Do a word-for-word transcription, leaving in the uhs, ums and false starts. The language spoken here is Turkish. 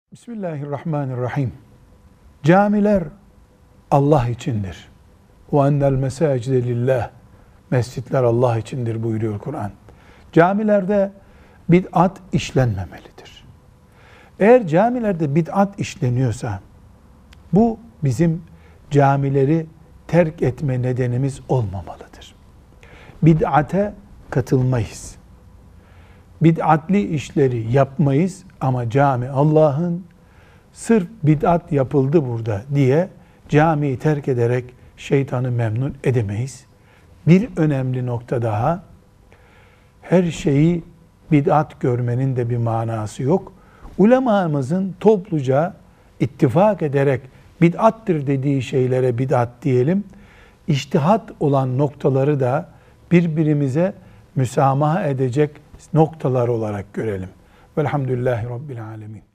Bismillahirrahmanirrahim. Camiler Allah içindir. وَاَنَّ الْمَسَاجِدَ lillah. Mescitler Allah içindir buyuruyor Kur'an. Camilerde bid'at işlenmemelidir. Eğer camilerde bid'at işleniyorsa, bu bizim camileri terk etme nedenimiz olmamalıdır. Bid'ate katılmayız. Bid'atli işleri yapmayız ama cami Allah'ın, sırf bid'at yapıldı burada diye camiyi terk ederek şeytanı memnun edemeyiz. Bir önemli nokta daha, her şeyi bid'at görmenin de bir manası yok. Ulemamızın topluca ittifak ederek bid'attır dediği şeylere bid'at diyelim. İçtihat olan noktaları da birbirimize müsamaha edecek noktalar olarak görelim. Velhamdülillahi Rabbil Alemin.